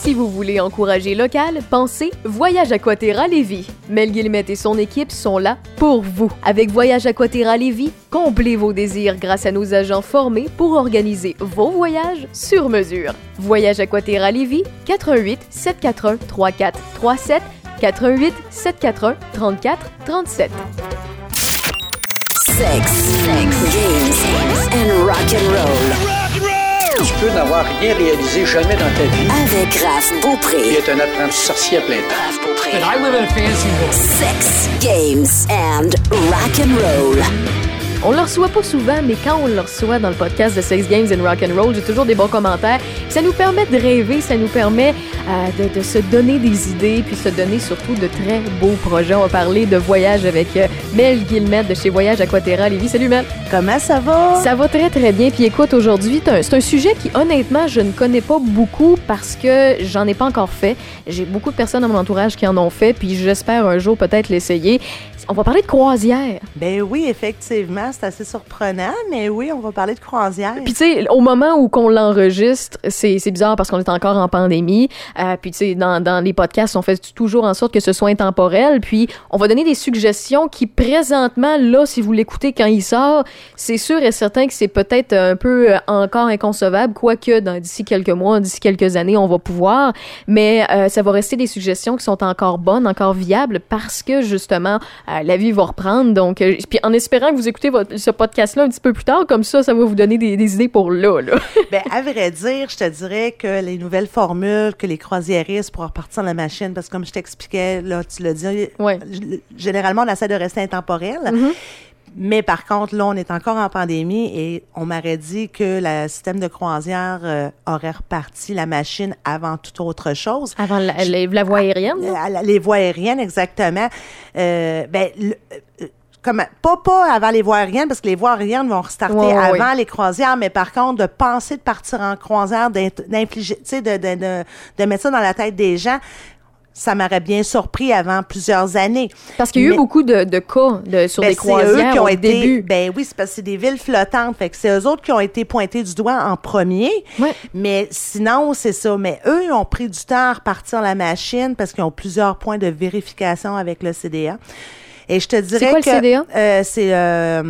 Si vous voulez encourager local, pensez Voyage Aquaterra Lévis. Mel Guillemette et son équipe sont là pour vous. Avec Voyage Aquaterra Lévis, comblez vos désirs grâce à nos agents formés pour organiser vos voyages sur mesure. Voyage Aquaterra Lévis, 88 741 3437, 88 741 3437. Sex, games and rock'n'roll. Tu peux n'avoir rien réalisé jamais dans ta vie. Avec Raph Beaupré. Et être un apprenti sorcier à plein temps. Raph Beaupré. And I live in a fancy world. Sex, games and rock'n'roll. On le reçoit pas souvent, mais quand on le reçoit dans le podcast de Sex Games and Rock'n'Roll, j'ai toujours des bons commentaires. Ça nous permet de rêver, ça nous permet de se donner des idées, puis se donner surtout de très beaux projets. On va parler de voyage avec Mel Guillemette de chez Voyage Aquaterra Lévis. Salut Mel! Comment ça va? Ça va très très bien. Puis écoute, aujourd'hui, c'est un sujet qui honnêtement, je ne connais pas beaucoup parce que j'en ai pas encore fait. J'ai beaucoup de personnes dans mon entourage qui en ont fait, puis j'espère un jour peut-être l'essayer. On va parler de croisière. Ben oui, effectivement, c'est assez surprenant, mais oui, on va parler de croisière. Puis tu sais, au moment où qu'on l'enregistre, c'est bizarre parce qu'on est encore en pandémie. Puis tu sais, dans les podcasts, on fait toujours en sorte que ce soit intemporel. Puis on va donner des suggestions qui présentement, là, si vous l'écoutez quand il sort, c'est sûr et certain que c'est peut-être un peu encore inconcevable, quoique d'ici quelques mois, d'ici quelques années, on va pouvoir. Mais ça va rester des suggestions qui sont encore bonnes, encore viables parce que justement, la vie va reprendre. Donc, puis en espérant que vous écoutez ce podcast-là un petit peu plus tard, comme ça va vous donner des idées pour là. Ben, à vrai dire, je te dirais que les nouvelles formules, que les croisiéristes pour repartir la machine, parce que comme je t'expliquais, là, tu l'as dit, ouais. Généralement, on essaie de rester intemporel. Mm-hmm. Mais par contre, là, on est encore en pandémie et on m'aurait dit que le système de croisière aurait reparti la machine avant toute autre chose. Avant la voie aérienne? Les voies aériennes, exactement. Pas avant les voies aériennes, parce que les voies aériennes vont restarter avant les croisières, mais par contre, de penser de partir en croisière, d'infliger, tu sais, de mettre ça dans la tête des gens, ça m'aurait bien surpris avant plusieurs années. Parce qu'il y a eu beaucoup de cas sur des croisières c'est eux qui ont au début. Ben oui, c'est parce que c'est des villes flottantes. Fait que c'est eux autres qui ont été pointés du doigt en premier. Ouais. Mais sinon, c'est ça. Mais eux, ils ont pris du temps à repartir la machine parce qu'ils ont plusieurs points de vérification avec le CDA. Et je te dirais c'est quoi le CDA?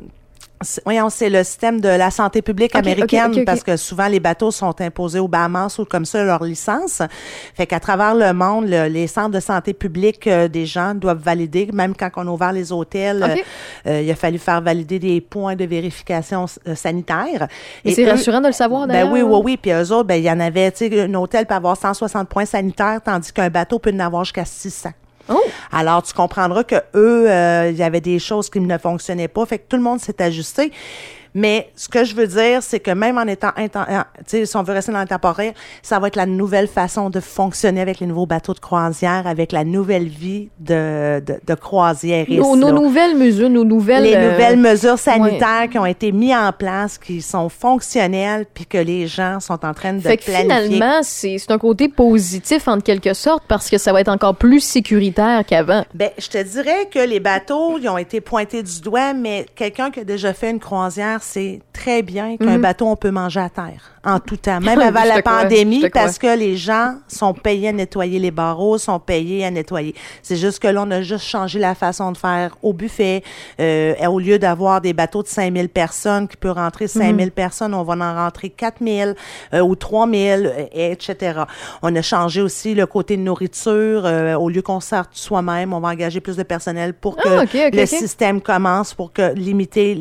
C'est le système de la santé publique américaine, okay. Parce que souvent, les bateaux sont imposés aux Bahamas ou comme ça, leur licence. Fait qu'à travers le monde, les centres de santé publique des gens doivent valider, même quand on a ouvert les hôtels, il a fallu faire valider des points de vérification sanitaire. Et c'est rassurant de le savoir, d'ailleurs. Ben oui. Puis eux autres, il y en avait, tu sais, un hôtel peut avoir 160 points sanitaires, tandis qu'un bateau peut en avoir jusqu'à 600. Oh. Alors, tu comprendras que eux, il y avait des choses qui ne fonctionnaient pas. Fait que tout le monde s'est ajusté. Mais ce que je veux dire, c'est que même en étant, tu sais, si on veut rester dans le temporaire, ça va être la nouvelle façon de fonctionner avec les nouveaux bateaux de croisière, avec la nouvelle vie de croisiéristes. Nos nouvelles mesures, les nouvelles mesures sanitaires qui ont été mises en place, qui sont fonctionnelles, puis que les gens sont en train de planifier. Fait que finalement, c'est un côté positif en quelque sorte parce que ça va être encore plus sécuritaire qu'avant. Ben, je te dirais que les bateaux, ils ont été pointés du doigt, mais quelqu'un qui a déjà fait une croisière, c'est très bien qu'un bateau, on peut manger à terre en tout temps, même avant la pandémie, parce que les gens sont payés à nettoyer les barreaux, sont payés à nettoyer. C'est juste que là, on a juste changé la façon de faire au buffet. Au lieu d'avoir des bateaux de 5000 personnes qui peuvent rentrer 5000 personnes, on va en rentrer 4000 ou 3000, etc. On a changé aussi le côté de nourriture. Au lieu qu'on sorte soi-même, on va engager plus de personnel pour que le système commence, pour que limiter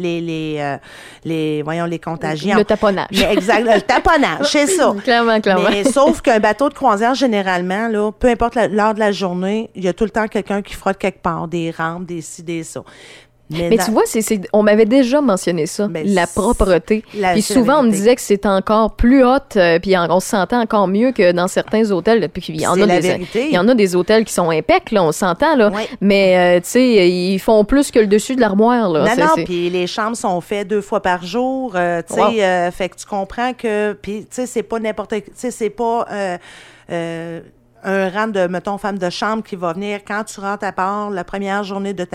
les contagions. Le taponnage. Mais exact, le taponnage, c'est ça. Clairement. Mais sauf qu'un bateau de croisière, généralement, là, peu importe l'heure de la journée, il y a tout le temps quelqu'un qui frotte quelque part, des rampes, des ci, des ça. Mais tu vois, on m'avait déjà mentionné ça, la propreté. Puis souvent, on me disait que c'est encore plus hot, puis on se sentait encore mieux que dans certains hôtels. Puis il y en a des hôtels qui sont impeccs, là, on s'entend, là. Oui. Mais, tu sais, ils font plus que le dessus de l'armoire, là. Non, puis les chambres sont faites 2 fois par jour, tu sais, fait que tu comprends que, puis, tu sais, c'est pas n'importe... Tu sais, c'est pas... un rang de, mettons, femme de chambre qui va venir quand tu rentres à part la première journée de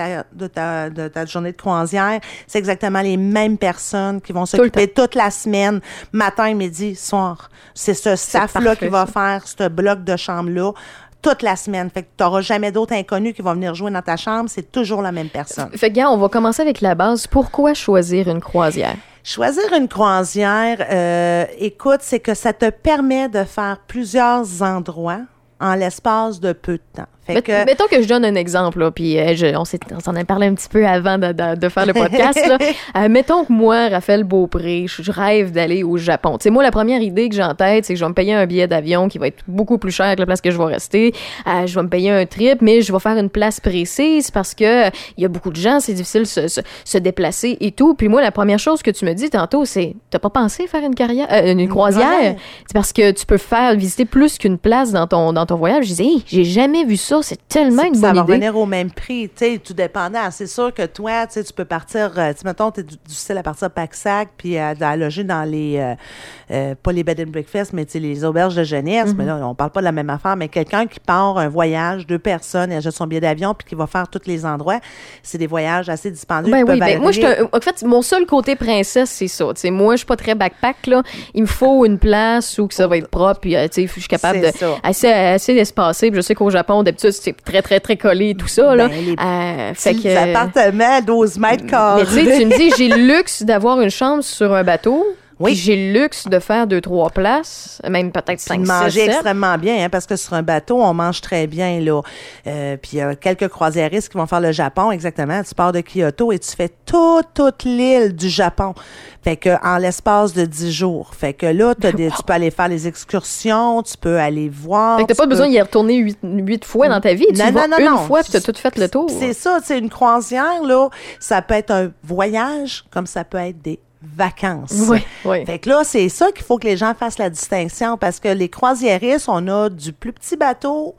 ta journée de croisière. C'est exactement les mêmes personnes qui vont s'occuper toute la semaine, matin, midi, soir. C'est ce staff-là qui va faire ce bloc de chambre-là toute la semaine. Fait que tu n'auras jamais d'autres inconnus qui vont venir jouer dans ta chambre. C'est toujours la même personne. Fait que, gars, on va commencer avec la base. Pourquoi choisir une croisière? Choisir une croisière, écoute, c'est que ça te permet de faire plusieurs endroits en l'espace de peu de temps. Mettons que je donne un exemple, là, puis on s'en a parlé un petit peu avant de faire le podcast. Là. Mettons que moi, Raphaël Beaupré, je rêve d'aller au Japon. Tu sais, moi, la première idée que j'ai en tête, c'est que je vais me payer un billet d'avion qui va être beaucoup plus cher que la place que je vais rester. Je vais me payer un trip, mais je vais faire une place précise parce que il y a beaucoup de gens, c'est difficile de se déplacer et tout. Puis moi, la première chose que tu me dis tantôt, c'est t'as pas pensé faire une croisière? C'est parce que tu peux visiter plus qu'une place dans ton voyage. Je disais, hey, j'ai jamais vu ça. C'est tellement une bonne idée. Ça va revenir au même prix, tu sais, tout dépendant. C'est sûr que toi, tu sais, tu peux partir, mettons, tu es du style à partir de Pack-Sac puis à loger dans les, pas les bed and breakfast, mais tu sais, les auberges de jeunesse. Mais là, on parle pas de la même affaire, mais quelqu'un qui part un voyage, 2 personnes, et achète son billet d'avion puis qui va faire tous les endroits, c'est des voyages assez dispendieux. Ben oui, moi, en fait, mon seul côté princesse, c'est ça. Tu sais, moi, je suis pas très backpack, là. Il me faut une place où que ça va être propre, puis, tu sais, je suis capable de assez d'espacer. Puis je sais qu'au Japon, d'habitude, c'est très, très, très collé et tout ça, là. Fait que appartements à 12 mètres carrés. Mais tu sais, tu me dis, j'ai le luxe d'avoir une chambre sur un bateau. Oui. Puis j'ai le luxe de faire 2-3 places, même peut-être 5-6. Manger extrêmement bien, hein, parce que sur un bateau, on mange très bien, là. Puis il y a quelques croisiéristes qui vont faire le Japon, exactement. Tu pars de Kyoto et tu fais toute l'île du Japon. Fait que en l'espace de 10 jours. Fait que là, tu peux aller faire les excursions, tu peux aller voir. Fait que t'as pas besoin d'y retourner 8 fois dans ta vie. Tu vas une fois puis t'as tout fait le tour. C'est ça, tu sais, une croisière, là, ça peut être un voyage comme ça peut être des vacances. Oui. Fait que là, c'est ça qu'il faut que les gens fassent la distinction parce que les croisiéristes, on a du plus petit bateau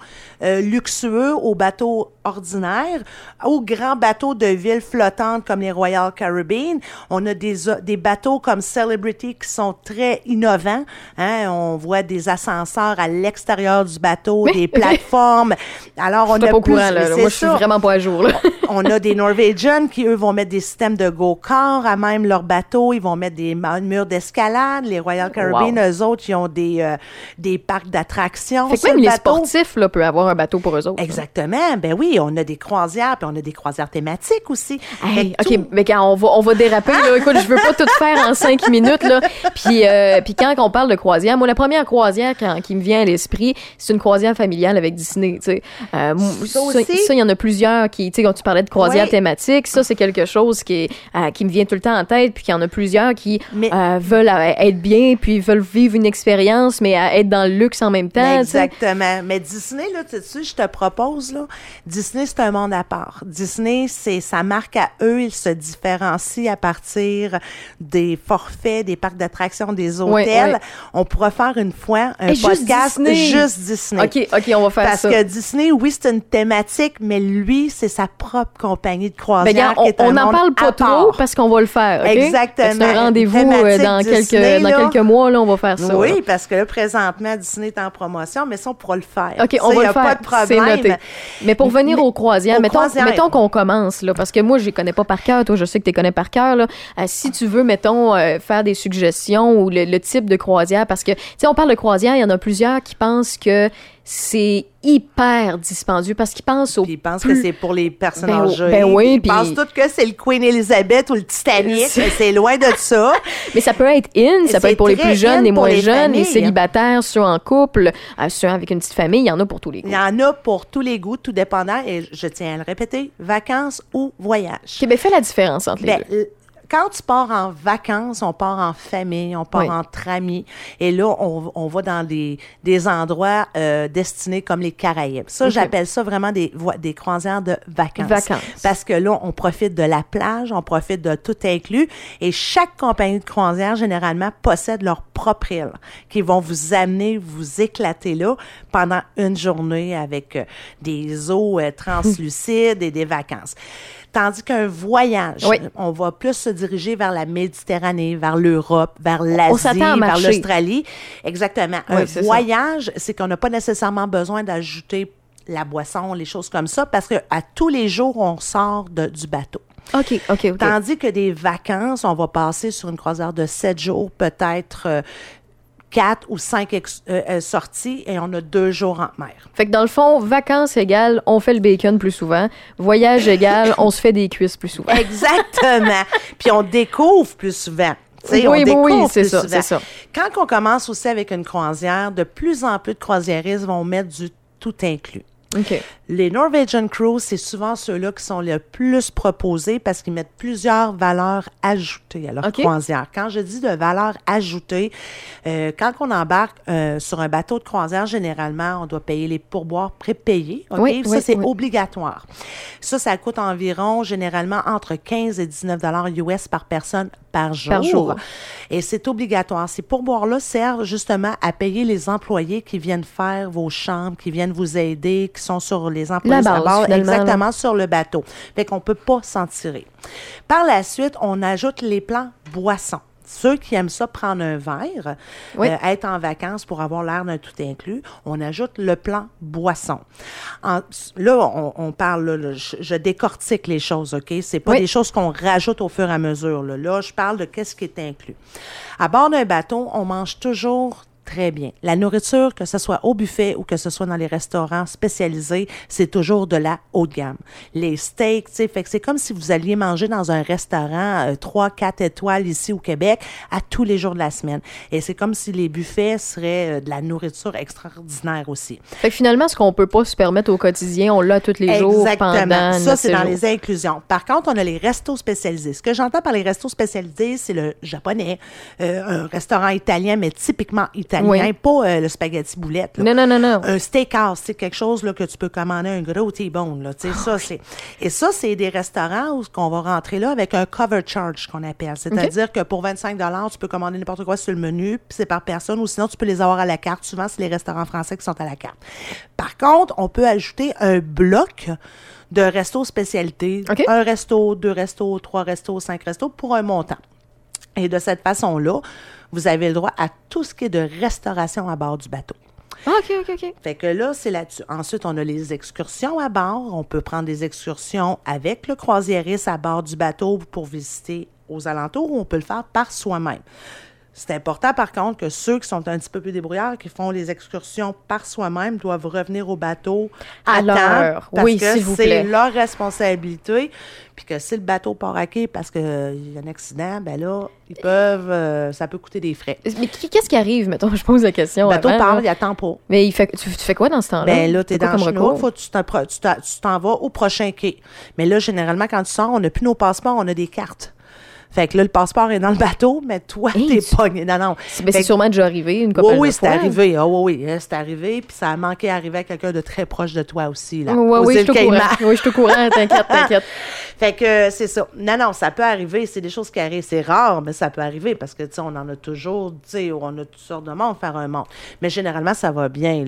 luxueux au bateau ordinaire, aux grands bateaux de ville flottantes comme les Royal Caribbean. On a des bateaux comme Celebrity qui sont très innovants. Hein? On voit des ascenseurs à l'extérieur du bateau, des plateformes. Alors, on a pas au courant, là. Moi, je suis vraiment pas à jour. Là. On a des Norwegian qui, eux, vont mettre des systèmes de go-kart à même leur bateau. Ils vont mettre des murs d'escalade. Les Royal Caribbean, eux autres, ils ont des parcs d'attractions. Fait que même les sportifs, là, peuvent avoir un bateau pour eux autres. Exactement. Ben oui, on a des croisières, puis on a des croisières thématiques aussi. Hey, OK, mais quand on va déraper, là. Écoute, je veux pas tout faire en 5 minutes, là. Puis quand on parle de croisière, moi, la première croisière qui me vient à l'esprit, c'est une croisière familiale avec Disney, tu sais. Ça, il y en a plusieurs qui, tu sais, quand tu parlais de croisière thématique, ça, c'est quelque chose qui me vient tout le temps en tête, puis qu'il y en a plusieurs qui veulent être bien, puis veulent vivre une expérience, mais être dans le luxe en même temps. Exactement. Mais Disney, là, tu sais, je te propose, là, Disney, c'est un monde à part. Disney, c'est sa marque à eux. Ils se différencient à partir des forfaits, des parcs d'attractions, des hôtels. Oui. On pourra faire une fois un podcast juste Disney. OK, on va faire ça. Parce que Disney, oui, c'est une thématique, mais lui, c'est sa propre compagnie de croisière. On n'en parle pas trop parce qu'on va le faire. Okay? Exactement. C'est un rendez-vous dans quelques mois, là, on va faire ça. Oui, là. parce que là, présentement, Disney est en promotion, mais ça, on pourra le faire. OK, on va le faire. Pas de problème. C'est noté. Mais pour venir aux croisières, mettons qu'on commence, là, parce que moi, je les connais pas par cœur. Toi, je sais que tu les connais par cœur. Là. Si tu veux, mettons, faire des suggestions ou le type de croisière, parce que, tu sais, on parle de croisière, il y en a plusieurs qui pensent que c'est hyper dispendieux parce qu'ils pensent Ils pensent que c'est pour les personnes âgées. Ben oui, ils pensent tous que c'est le Queen Elizabeth ou le Titanic. C'est loin de ça. Mais ça peut être ça peut être pour les plus jeunes, les moins jeunes, les célibataires, ceux en couple, ceux avec une petite famille. Il y en a pour tous les goûts. Il y en a pour tous les goûts, tout dépendant. Et je tiens à le répéter, vacances ou voyage. OK, ben fais la différence entre les deux. Quand tu pars en vacances, on part en famille, on part entre amis. Et là, on va dans des endroits destinés comme les Caraïbes. Ça, j'appelle ça vraiment des croisières de vacances. Parce que là, on profite de la plage, on profite de tout inclus. Et chaque compagnie de croisière, généralement, possède leur propre île qui vont vous amener, vous éclater là pendant une journée avec des eaux translucides et des vacances. Tandis qu'un voyage, on va plus se diriger vers la Méditerranée, vers l'Europe, vers l'Asie, vers l'Australie. Exactement. Un voyage, c'est qu'on n'a pas nécessairement besoin d'ajouter la boisson, les choses comme ça, parce qu'à tous les jours, on sort du bateau. OK. Tandis que des vacances, on va passer sur une croisière de 7 jours, peut-être 4 ou 5 sorties et on a 2 jours en mer. Fait que dans le fond, vacances égales, on fait le bacon plus souvent. Voyage égale, on se fait des cuisses plus souvent. Exactement. Puis on découvre plus souvent. Oui, c'est ça. Quand on commence aussi avec une croisière, de plus en plus de croisiéristes vont mettre du tout inclus. OK. Les Norwegian Cruise, c'est souvent ceux-là qui sont les plus proposés parce qu'ils mettent plusieurs valeurs ajoutées à leur croisière. Quand je dis de valeurs ajoutées, quand on embarque sur un bateau de croisière, généralement, on doit payer les pourboires prépayés. Okay? Ça, c'est obligatoire. Ça coûte environ, généralement, entre 15 et 19 $ US par personne par jour. Et c'est obligatoire. Ces pourboires-là servent justement à payer les employés qui viennent faire vos chambres, qui viennent vous aider, qui sont sur les employés à bord, exactement sur le bateau. Fait qu'on peut pas s'en tirer. Par la suite, on ajoute les plans boissons. Ceux qui aiment ça, prendre un verre, être en vacances pour avoir l'air d'un tout inclus, on ajoute le plan boisson. Là, on parle, là, je décortique les choses, OK? C'est pas des choses qu'on rajoute au fur et à mesure. Là, je parle de qu'est-ce qui est inclus. À bord d'un bateau, on mange toujours très bien. La nourriture, que ce soit au buffet ou que ce soit dans les restaurants spécialisés, c'est toujours de la haute gamme. Les steaks, tu sais, fait que c'est comme si vous alliez manger dans un restaurant 3-4 étoiles ici au Québec à tous les jours de la semaine. Et c'est comme si les buffets seraient de la nourriture extraordinaire aussi. Fait que finalement, ce qu'on peut pas se permettre au quotidien, on l'a tous les jours pendant ça, c'est dans les inclusions. Par contre, on a les restos spécialisés. Ce que j'entends par les restos spécialisés, c'est le japonais, un restaurant italien, mais typiquement italien. Pas le spaghetti boulette. Là. Non. Un steakhouse, c'est quelque chose là, que tu peux commander un gros T-bone. Là, et ça, c'est des restaurants où on va rentrer là avec un cover charge qu'on appelle. C'est-à-dire que pour 25 $, tu peux commander n'importe quoi sur le menu, puis c'est par personne, ou sinon tu peux les avoir à la carte. Souvent, c'est les restaurants français qui sont à la carte. Par contre, on peut ajouter un bloc de restos spécialités. Okay. 1 resto, 2 restos, 3 restos, 5 restos pour un montant. Et de cette façon-là, vous avez le droit à tout ce qui est de restauration à bord du bateau. OK. Fait que là, c'est là-dessus. Ensuite, on a les excursions à bord. On peut prendre des excursions avec le croisiériste à bord du bateau pour visiter aux alentours, ou on peut le faire par soi-même. C'est important, par contre, que ceux qui sont un petit peu plus débrouillards, qui font les excursions par soi-même, doivent revenir au bateau à temps, parce que c'est leur responsabilité. Puis que si le bateau part à quai parce qu'il y a un accident, ben là, ils peuvent, ça peut coûter des frais. Mais qu'est-ce qui arrive, mettons, je pose la question. Le bateau part, il attend pas. Mais tu fais quoi dans ce temps-là? Ben là, t'es dans le chemin, faut que tu t'en vas au prochain quai. Mais là, généralement, quand tu sors, on n'a plus nos passeports, on a des cartes. Fait que là, le passeport est dans le bateau, mais toi, t'es pogné. Non. C'est sûrement déjà arrivé une couple de fois. Oui, c'est arrivé. C'est arrivé. Puis ça a manqué d'arriver à quelqu'un de très proche de toi aussi. Là, oui, je suis au courant. T'inquiète. Fait que c'est ça. Non, ça peut arriver. C'est des choses qui arrivent. C'est rare, mais ça peut arriver parce que, tu sais, on en a toujours, tu sais, on a toutes sortes de monde faire un monde. Mais généralement, ça va bien,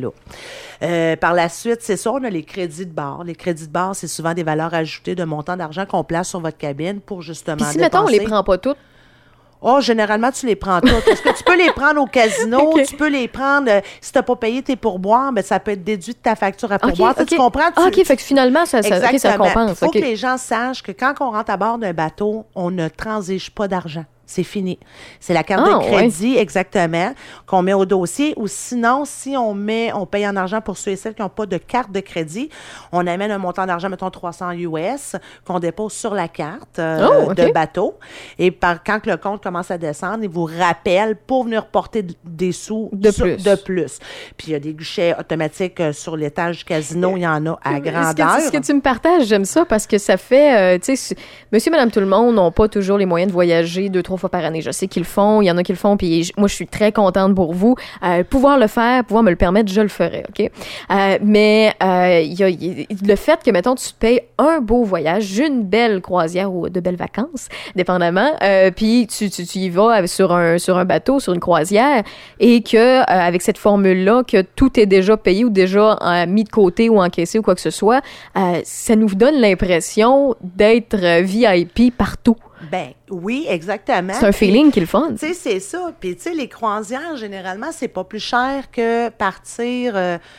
là. Par la suite, c'est ça, on a les crédits de bord. Les crédits de bord, c'est souvent des valeurs ajoutées de montant d'argent qu'on place sur votre cabine pour justement dépenser. Mettons, on les prend pas toutes. Oh, généralement, tu les prends toutes. Est-ce que tu peux les prendre au casino? Okay. Tu peux les prendre, si tu n'as pas payé tes pourboires, ben, ça peut être déduit de ta facture à pourboire. Okay. Tu comprends? OK, fait que finalement, ça compense. Il faut que les gens sachent que quand on rentre à bord d'un bateau, on ne transige pas d'argent. C'est fini. C'est la carte de crédit, exactement, qu'on met au dossier. Ou sinon, si on paye en argent pour ceux et celles qui n'ont pas de carte de crédit, on amène un montant d'argent, mettons 300 US, qu'on dépose sur la carte de bateau. Et quand le compte commence à descendre, il vous rappelle pour venir porter des sous de plus. Puis il y a des guichets automatiques sur l'étage du casino. Il y en a à grandeur. Ce que tu me partages, j'aime ça parce que ça fait, tu sais, monsieur, madame, tout le monde n'ont pas toujours les moyens de voyager 2-3 3 fois par année. Je sais qu'ils le font, il y en a qui le font, puis moi, je suis très contente pour vous. Pouvoir le faire, pouvoir me le permettre, je le ferai, OK? Mais il y a le fait que, mettons, tu te payes un beau voyage, une belle croisière ou de belles vacances, dépendamment, puis tu y vas sur un bateau, sur une croisière, et que avec cette formule-là, que tout est déjà payé ou déjà mis de côté ou encaissé ou quoi que ce soit, ça nous donne l'impression d'être VIP partout. Ben oui, exactement. C'est un feeling qui est le fun. Tu sais, c'est ça. Puis tu sais, les croisières, généralement, c'est pas plus cher que partir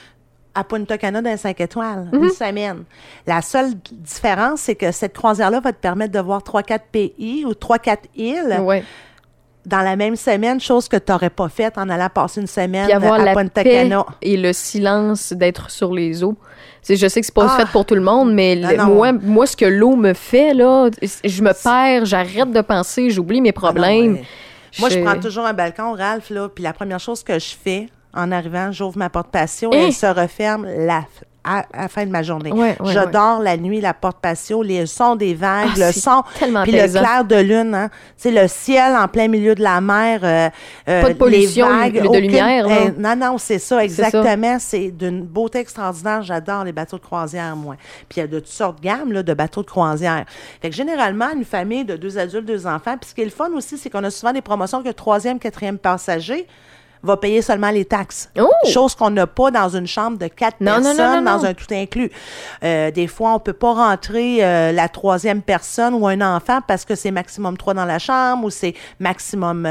à Punta Cana d'un 5 étoiles, une semaine. La seule différence, c'est que cette croisière-là va te permettre de voir 3-4 pays ou 3-4 îles. Ouais. Dans la même semaine, chose que tu n'aurais pas faite en allant passer une semaine puis avoir à Punta Cana. Et le silence d'être sur les eaux. Je sais que c'est pas fait pour tout le monde, mais non. moi, ce que l'eau me fait, là, je me perds, j'arrête de penser, j'oublie mes problèmes. Non, moi, je prends toujours un balcon, Ralph, là, puis la première chose que je fais en arrivant, j'ouvre ma porte patio et elle se referme à la fin de ma journée. Je dors la nuit, la porte patio, les sons des vagues, le son, puis le clair de lune, hein. Tu sais, le ciel en plein milieu de la mer, pas de pollution, les vagues, de lumière. Non, c'est ça, exactement. C'est d'une beauté extraordinaire. J'adore les bateaux de croisière, moi. Puis il y a de toutes sortes de gammes là, de bateaux de croisière. Fait que généralement, une famille de 2 adultes, 2 enfants, puis ce qui est le fun aussi, c'est qu'on a souvent des promotions que le 3e, 4e passager va payer seulement les taxes. Oh! Chose qu'on n'a pas dans une chambre de 4 personnes, dans un tout inclus. Des fois, on ne peut pas rentrer la 3e personne ou un enfant parce que c'est maximum 3 dans la chambre ou c'est maximum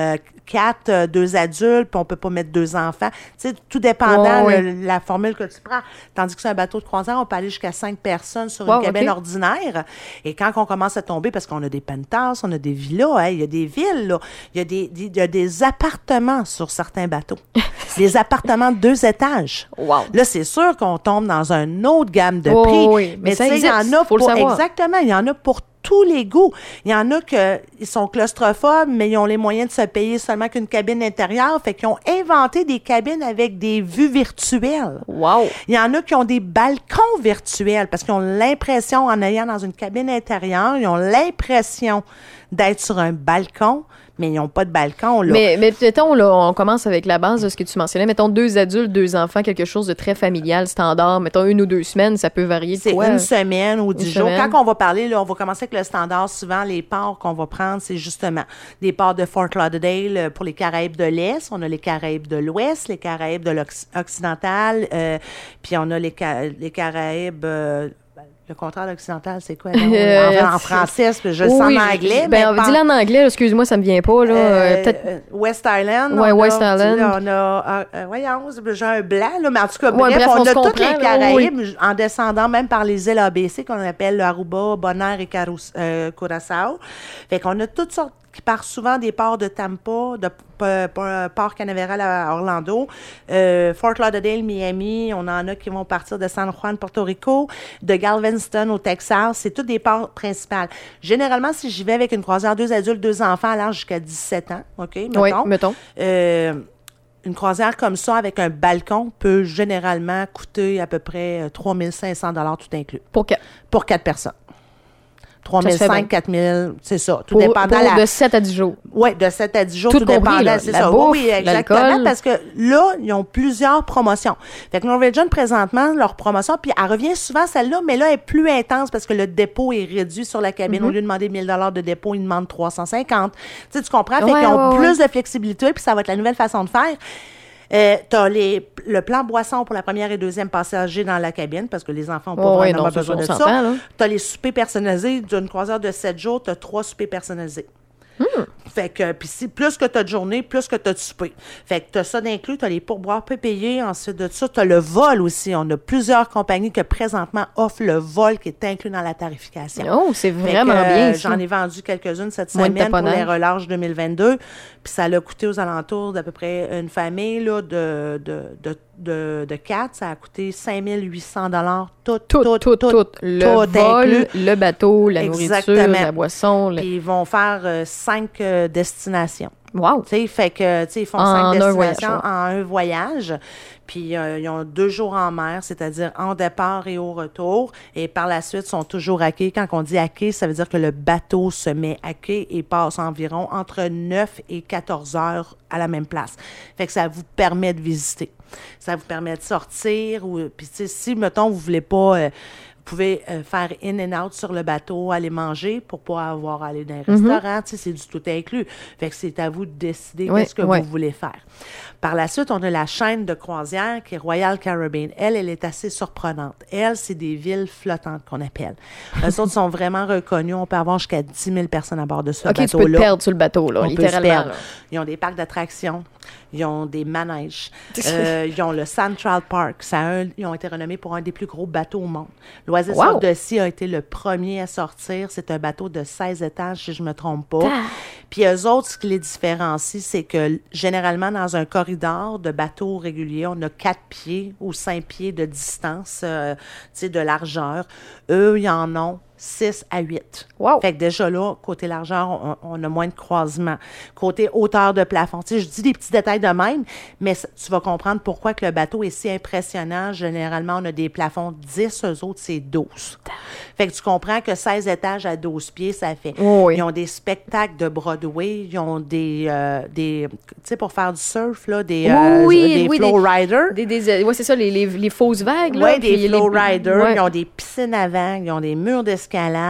4, 2 adultes, puis on ne peut pas mettre 2 enfants. Tu sais, tout dépendant de la formule que tu prends. Tandis que sur un bateau de croisière, on peut aller jusqu'à 5 personnes sur une cabine ordinaire. Et quand on commence à tomber, parce qu'on a des penthouses, on a des villas, il y a des villes, là. Il y a des appartements sur certains bateaux. Des appartements de 2 étages. Wow. Là, c'est sûr qu'on tombe dans une autre gamme de prix. Oui. Mais tu sais, il y en a faut pour... le savoir. Exactement, il y en a pour tous les goûts. Il y en a qui sont claustrophobes, mais ils ont les moyens de se payer seulement qu'une cabine intérieure. Fait qu'ils ont inventé des cabines avec des vues virtuelles. Wow! Il y en a qui ont des balcons virtuels parce qu'ils ont l'impression, en ayant dans une cabine intérieure, ils ont l'impression d'être sur un balcon, mais ils n'ont pas de balcon, là. Mais mettons, là, on commence avec la base de ce que tu mentionnais. Mettons 2 adultes, 2 enfants, quelque chose de très familial, standard. Mettons 1 ou 2 semaines, ça peut varier de c'est quoi? Une semaine ou 10 jours. Semaine. Quand on va parler, là, on va commencer avec le standard. Souvent, les ports qu'on va prendre, c'est justement des ports de Fort Lauderdale pour les Caraïbes de l'Est. On a les Caraïbes de l'Ouest, les Caraïbes de l'Occidental, puis on a les Caraïbes... le contraire occidental, c'est quoi? En français, je le sens en anglais. Dis-le en anglais, excuse-moi, ça me vient pas. Là, peut-être... West Island. Oui, West Island. On a, voyons, j'ai un blanc, là, mais en tout cas, bref, on a toutes les Caraïbes, en descendant même par les îles ABC, qu'on appelle le Aruba, Bonaire et Curaçao. Fait qu'on a toutes sortes qui partent souvent des ports de Tampa, de Port Canaveral à Orlando, Fort Lauderdale, Miami, on en a qui vont partir de San Juan, Porto Rico, de Galveston au Texas, c'est tous des ports principaux. Généralement, si j'y vais avec une croisière 2 adultes, 2 enfants à l'âge jusqu'à 17 ans, OK, mettons. Oui, mettons. Une croisière comme ça, avec un balcon, peut généralement coûter à peu près 3 500 $ tout inclus. Pour 4 personnes. 3 500, 4 000, c'est ça. Tout pour dépendant. De 7 à 10 jours. Oui, de 7 à 10 jours, tout dépendant. Compris, là, c'est la ça. Bouffe, oui, exactement. l'alcool. Parce que là, ils ont plusieurs promotions. Fait que Norwegian, présentement, leur promotion, puis elle revient souvent, celle-là, mais là, elle est plus intense parce que le dépôt est réduit sur la cabine. Au lieu de demander 1 000 $ de dépôt, ils demandent 350. Tu sais, tu comprends? Fait qu'ils ont plus de flexibilité, puis ça va être la nouvelle façon de faire. T'as le plan boisson pour la première et deuxième passager dans la cabine, parce que les enfants n'ont pas vraiment besoin de ça. T'as les soupers personnalisés. D'une croisière de 7 jours, t'as 3 soupers personnalisés. Fait que, puis plus que t'as de journée, plus que t'as de souper. Fait que t'as ça d'inclus, t'as les pourboires payés. Ensuite de ça, t'as le vol aussi. On a plusieurs compagnies qui présentement offrent le vol qui est inclus dans la tarification. Oh, c'est vraiment bien ça. J'en ai vendu quelques-unes cette semaine pour les relâches 2022. Puis ça l'a coûté aux alentours d'à peu près une famille là, de 4. Ça a coûté 5 800 $. Tout. Le vol, inclus. Le bateau, la nourriture, la boisson. Puis ils vont faire 5 destinations. Wow! Tu sais, fait que, tu sais, ils font 5 destinations en un voyage. Puis, ils ont 2 jours en mer, c'est-à-dire en départ et au retour. Et par la suite, sont toujours à quai. Quand on dit à quai, ça veut dire que le bateau se met à quai et passe environ entre 9 et 14 heures à la même place. Fait que ça vous permet de visiter. Ça vous permet de sortir. Puis, tu sais, si, mettons, vous voulez pas... vous pouvez faire in and out sur le bateau, aller manger pour pas avoir à aller dans un restaurant. Tu sais, c'est du tout inclus. Fait que c'est à vous de décider qu'est-ce que vous voulez faire. Par la suite, on a la chaîne de croisière qui est Royal Caribbean. Elle est assez surprenante. Elle, c'est des villes flottantes qu'on appelle. Eux autres sont vraiment reconnus. On peut avoir jusqu'à 10 000 personnes à bord de ce bateau-là. OK, tu peux te perdre sur le bateau, là, littéralement. Ils ont des parcs d'attractions. Ils ont des manèges. Ils ont le Central Park. Ils ont été renommés pour un des plus gros bateaux au monde. L'Oasis of the Sea a été le premier à sortir. C'est un bateau de 16 étages, si je ne me trompe pas. Puis eux autres, ce qui les différencie, c'est que généralement, dans un corridor de bateaux réguliers, on a 4 pieds ou 5 pieds de distance, de largeur. Eux, ils en ont 6 à 8. Wow. Fait que déjà là, côté largeur, on a moins de croisement. Côté hauteur de plafond, tu sais, je dis des petits détails de même, mais tu vas comprendre pourquoi que le bateau est si impressionnant. Généralement, on a des plafonds 10, eux autres, c'est 12. Fait que tu comprends que 16 étages à 12 pieds, ça fait. Ils ont des spectacles de Broadway, ils ont des tu sais, pour faire du surf, là, des flow riders. Oui, c'est ça, les fausses vagues, là. Oui, des flow riders. Ils ont des piscines à vagues, ils ont des murs d'escalade.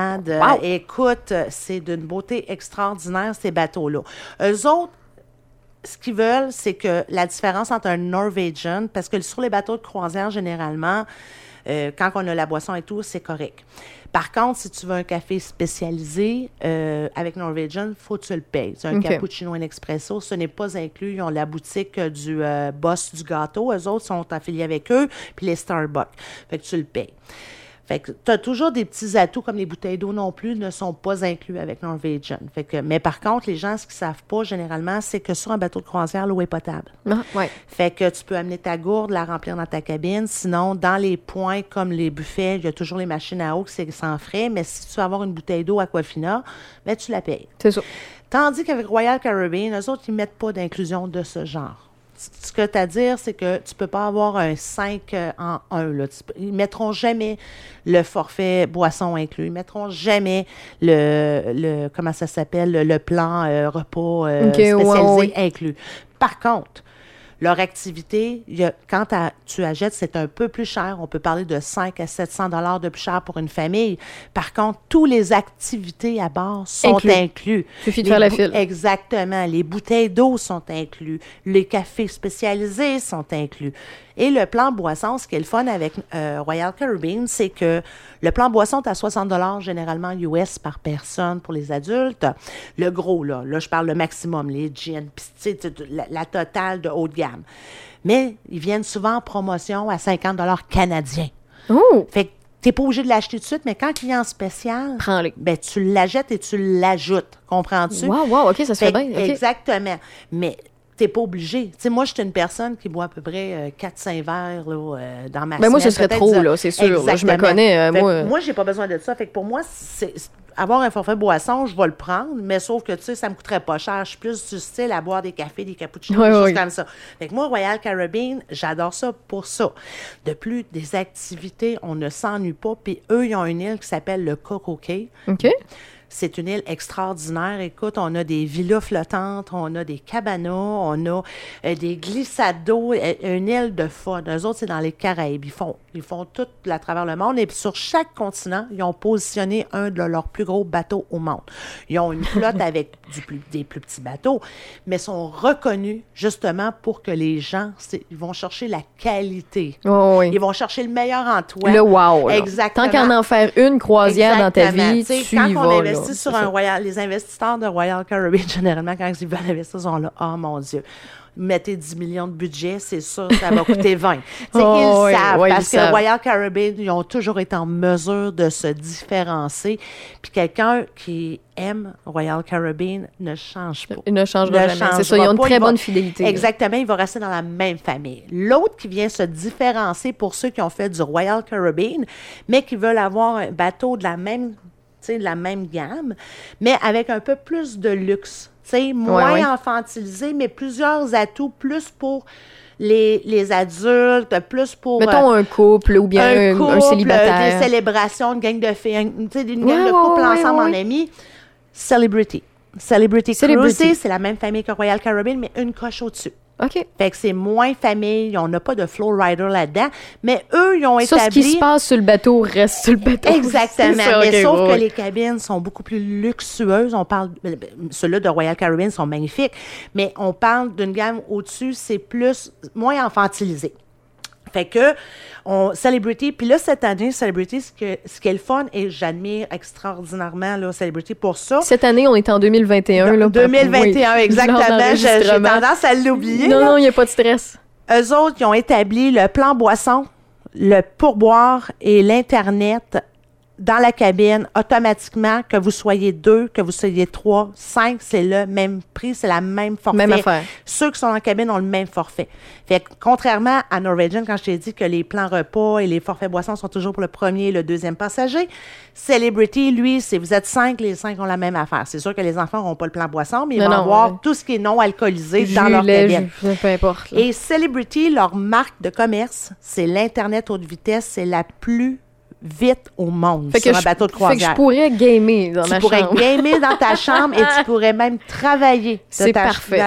Écoute, c'est d'une beauté extraordinaire, ces bateaux-là. Eux autres, ce qu'ils veulent, c'est que la différence entre un Norwegian, parce que sur les bateaux de croisière, généralement, quand on a la boisson et tout, c'est correct. Par contre, si tu veux un café spécialisé avec Norwegian, il faut que tu le payes. C'est un cappuccino, un espresso, ce n'est pas inclus. Ils ont la boutique du boss du gâteau. Eux autres sont affiliés avec eux, puis les Starbucks. Fait que tu le payes. Fait que tu as toujours des petits atouts, comme les bouteilles d'eau non plus ne sont pas inclus avec Norwegian. Fait que, mais par contre, les gens, ce qu'ils ne savent pas généralement, c'est que sur un bateau de croisière, l'eau est potable. Fait que tu peux amener ta gourde, la remplir dans ta cabine. Sinon, dans les points comme les buffets, il y a toujours les machines à eau qui c'est sans frais. Mais si tu veux avoir une bouteille d'eau Aquafina, ben, tu la payes. C'est ça. Tandis qu'avec Royal Caribbean, eux autres, ils ne mettent pas d'inclusion de ce genre. Ce que tu as à dire, c'est que tu ne peux pas avoir un 5 en 1. Là. Ils ne mettront jamais le forfait boisson inclus. Ils ne mettront jamais le comment ça s'appelle, le plan repas spécialisé inclus. Par contre, leur activité, quand tu achètes, c'est un peu plus cher. On peut parler de 5 à 700 $ de plus cher pour une famille. Par contre, toutes les activités à bord sont inclus. Il suffit de faire la file. Exactement. Les bouteilles d'eau sont inclus. Les cafés spécialisés sont inclus. Et le plan boisson, ce qui est le fun avec Royal Caribbean, c'est que le plan boisson est à 60 $ généralement US par personne pour les adultes. Le gros, là je parle le maximum, les gin, la totale de haut de gamme. Mais ils viennent souvent en promotion à 50 $ canadiens. Oh! Fait que tu n'es pas obligé de l'acheter tout de suite, mais quand il est en spécial, ben, tu l'achètes et tu l'ajoutes. Comprends-tu? Wow, OK, ça se fait bien. Okay. Exactement. Mais t'es pas obligé. Tu sais, moi, je suis une personne qui boit à peu près 4-5 verres là, dans ma semaine. Moi, ce serait trop, là, c'est sûr. Là, je me connais, moi, j'ai pas besoin de ça. Fait que pour moi, avoir un forfait boisson, je vais le prendre, mais sauf que, tu sais, ça me coûterait pas cher. Je suis plus du style à boire des cafés, des cappuccinos, des choses comme ça. Fait que moi, Royal Caribbean, j'adore ça pour ça. De plus, des activités, on ne s'ennuie pas. Puis eux, ils ont une île qui s'appelle le Coco Cay. OK. C'est une île extraordinaire. Écoute, on a des villas flottantes, on a des cabanas, on a des glissades d'eau, une île de fun. Eux autres, c'est dans les Caraïbes. Ils font tout à travers le monde. Et puis sur chaque continent, ils ont positionné un de leurs plus gros bateaux au monde. Ils ont une flotte avec des plus petits bateaux, mais sont reconnus justement pour que les gens, ils vont chercher la qualité. Oh, oui. Ils vont chercher le meilleur en toi. Le wow. Là. Exactement. Tant qu'en faire une croisière dans ta vie, tu y vas. Sur les investisseurs de Royal Caribbean, généralement, quand ils veulent investir, ils sont là, oh mon Dieu, mettez 10 millions de budget, c'est sûr, ça va coûter 20. Ils savent, parce que Royal Caribbean, ils ont toujours été en mesure de se différencier. Puis quelqu'un qui aime Royal Caribbean ne change pas. Il ne changera jamais. C'est ça, ils ont une très bonne fidélité. Exactement, il va rester dans la même famille. L'autre qui vient se différencier pour ceux qui ont fait du Royal Caribbean, mais qui veulent avoir un bateau de la même gamme, mais avec un peu plus de luxe. moins infantilisé, mais plusieurs atouts, plus pour les adultes, plus pour... Mettons un couple ou bien un célibataire. Des célébrations, une gang de filles, une gang de couples ensemble en amis. Celebrity Cruises, c'est la même famille que Royal Caribbean, mais une coche au-dessus. OK. Fait que c'est moins famille, on n'a pas de flow rider là-dedans, mais eux, ils ont établi... Ça, ce qui se passe sur le bateau reste sur le bateau. Exactement, mais sauf que les cabines sont beaucoup plus luxueuses. On parle... Ceux-là de Royal Caribbean sont magnifiques, mais on parle d'une gamme au-dessus, c'est moins infantilisé. Fait que, Celebrity, puis là, cette année, Celebrity, ce qui est le fun, et j'admire extraordinairement, là, Celebrity pour ça. Cette année, on est en 2021, là. 2021, exactement. J'ai tendance à l'oublier. Non, il n'y a pas de stress. Eux autres, ils ont établi le plan boisson, le pourboire et l'Internet dans la cabine, automatiquement, que vous soyez 2, que vous soyez 3, 5, c'est le même prix, c'est la même forfait. Même affaire. Ceux qui sont en cabine ont le même forfait. Fait que, contrairement à Norwegian, quand je t'ai dit que les plans repas et les forfaits boissons sont toujours pour le premier et le deuxième passager, Celebrity, lui, c'est vous êtes 5, les 5 ont la même affaire. C'est sûr que les enfants n'auront pas le plan boisson, mais ils vont avoir tout ce qui est non alcoolisé dans leur cabine. Peu importe. Et Celebrity, leur marque de commerce, c'est l'Internet haute vitesse, c'est la plus vite au monde sur un bateau de croisière. Fait que je pourrais gamer dans ma chambre. Tu pourrais gamer dans ta chambre et tu pourrais même travailler parfait.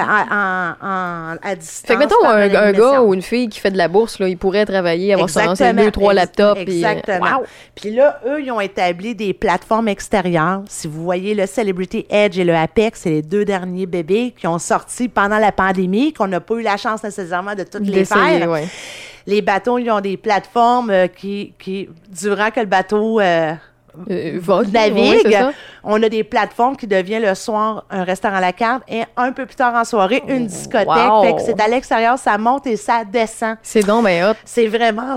À distance. Fait que mettons un gars ou une fille qui fait de la bourse, là, il pourrait travailler, avoir son 2, 3 laptops. Exactement. Puis là, eux, ils ont établi des plateformes extérieures. Si vous voyez le Celebrity Edge et le Apex, c'est les 2 derniers bébés qui ont sorti pendant la pandémie, qu'on n'a pas eu la chance nécessairement de toutes les faire. Ouais. Les bateaux, ils ont des plateformes qui durant que le bateau navigue, on a des plateformes qui deviennent le soir un restaurant à la carte et un peu plus tard en soirée, une discothèque. Wow. Fait que c'est à l'extérieur, ça monte et ça descend. C'est donc bien hot. C'est vraiment,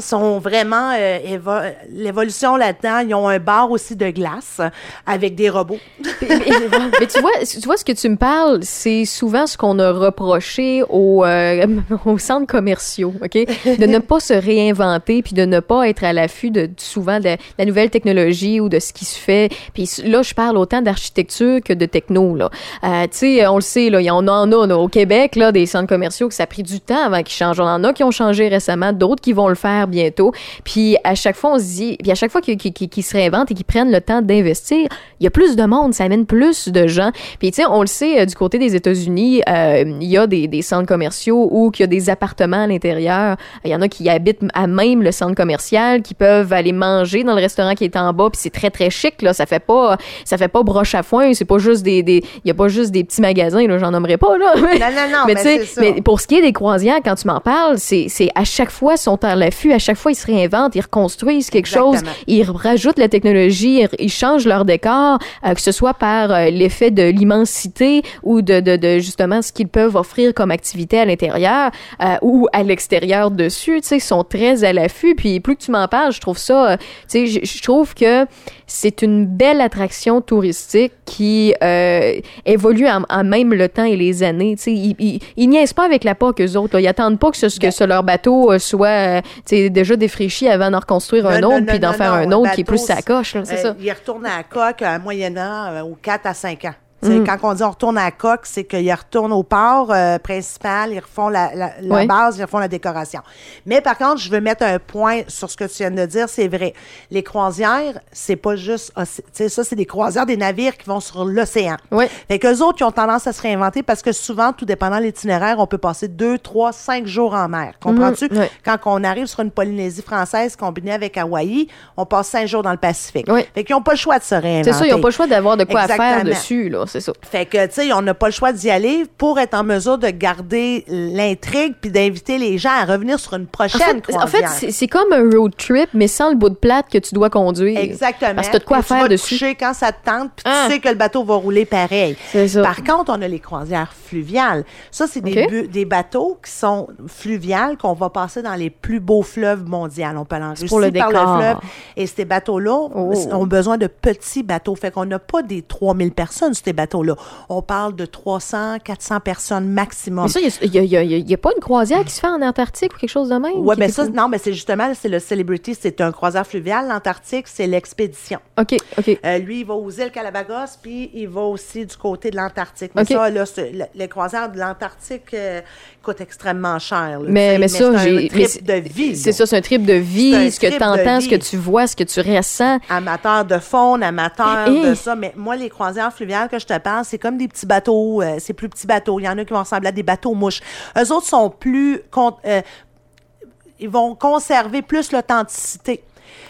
l'évolution là-dedans. Ils ont un bar aussi de glace avec des robots. Mais tu vois, ce que tu me parles, c'est souvent ce qu'on a reproché aux centres commerciaux, OK? De ne pas se réinventer puis de ne pas être à l'affût souvent de la nouvelle technologie ou de ce qui se fait. Puis là, je parle autant d'architecture que de techno, là. Tu sais, on le sait, là, on en a au Québec, là, des centres commerciaux que ça a pris du temps avant qu'ils changent. On en a qui ont changé récemment, d'autres qui vont le faire bientôt. Puis à chaque fois, on se dit, puis à chaque fois qu'ils se réinventent et qu'ils prennent le temps d'investir, il y a plus de monde, ça amène plus de gens. Puis tu sais, on le sait, du côté des États-Unis, il y a des centres commerciaux où il y a des appartements à l'intérieur. Il y en a qui habitent à même le centre commercial, qui peuvent aller manger dans le restaurant qui est en bas, puis c'est très très chic, là. Ça fait pas broche à foin, c'est pas juste il y a pas juste des petits magasins, là, j'en nommerai pas, là. Non, mais c'est ça. Mais pour ce qui est des croisières, quand tu m'en parles, c'est à chaque fois, ils sont à l'affût, à chaque fois, ils se réinventent, ils reconstruisent quelque chose, ils rajoutent la technologie, ils changent leur décor, que ce soit par l'effet de l'immensité ou de justement ce qu'ils peuvent offrir comme activité à l'intérieur ou à l'extérieur dessus, tu sais, ils sont très à l'affût, puis plus que tu m'en parles, je trouve ça, tu sais, je trouve que c'est une belle attraction touristique qui évolue en même le temps et les années. Tu sais, ils niaisent pas avec la PAC, eux autres. Là. Ils attendent pas que leur bateau soit déjà défraîchi avant d'en reconstruire un autre puis d'en faire un autre qui est plus sa coche. C'est ça. Ils retournent à la coque moyennant aux 4 à 5 ans. Quand on dit on retourne à la coque, c'est qu'ils retournent au port principal, ils refont la base, ils refont la décoration. Mais par contre, je veux mettre un point sur ce que tu viens de dire, c'est vrai. Les croisières, c'est pas juste... Tu sais, ça, c'est des croisières, des navires qui vont sur l'océan. Oui. Fait qu'eux autres, ils ont tendance à se réinventer parce que souvent, tout dépendant de l'itinéraire, on peut passer 2, 3, 5 jours en mer. Comprends-tu? Oui. Quand on arrive sur une Polynésie française combinée avec Hawaï, on passe 5 jours dans le Pacifique. Oui. Fait qu'ils n'ont pas le choix de se réinventer. C'est ça, ils n'ont pas le choix d'avoir de quoi faire dessus, là. C'est ça. Fait que, tu sais, on n'a pas le choix d'y aller pour être en mesure de garder l'intrigue puis d'inviter les gens à revenir sur une prochaine croisière. En fait, c'est comme un road trip, mais sans le bout de plate que tu dois conduire. Exactement. Parce que tu as de quoi faire dessus. Tu vas te coucher quand ça te tente, puis tu sais que le bateau va rouler pareil. C'est ça. Par contre, on a les croisières fluviales. Ça, c'est des bateaux qui sont fluviales qu'on va passer dans les plus beaux fleuves mondiaux. On peut aller en Russie pour le par décor. le fleuve. Et ces bateaux-là ont besoin de petits bateaux. Fait qu'on n'a pas des 3000 personnes sur ces bateaux. bateaux-là. On parle de 300, 400 personnes maximum. Mais ça, il y a pas une croisière qui se fait en Antarctique ou quelque chose de même? Oui, mais ça, non, mais c'est justement, c'est le Celebrity, c'est un croisière fluvial. L'Antarctique, c'est l'expédition. OK. Lui, il va aux îles Galapagos, puis il va aussi du côté de l'Antarctique. Mais ça, là, les croisières de l'Antarctique coûtent extrêmement cher. Là, mais ça, c'est un trip de vie. C'est ça, c'est un trip de vie. Ce que tu entends, ce que tu vois, ce que tu ressens. Amateur de faune, amateur de ça. Mais moi, les croisières fluviales que je te parle, c'est comme des petits bateaux. C'est plus petits bateaux. Il y en a qui vont ressembler à des bateaux mouches. Eux autres sont plus... ils vont conserver plus l'authenticité.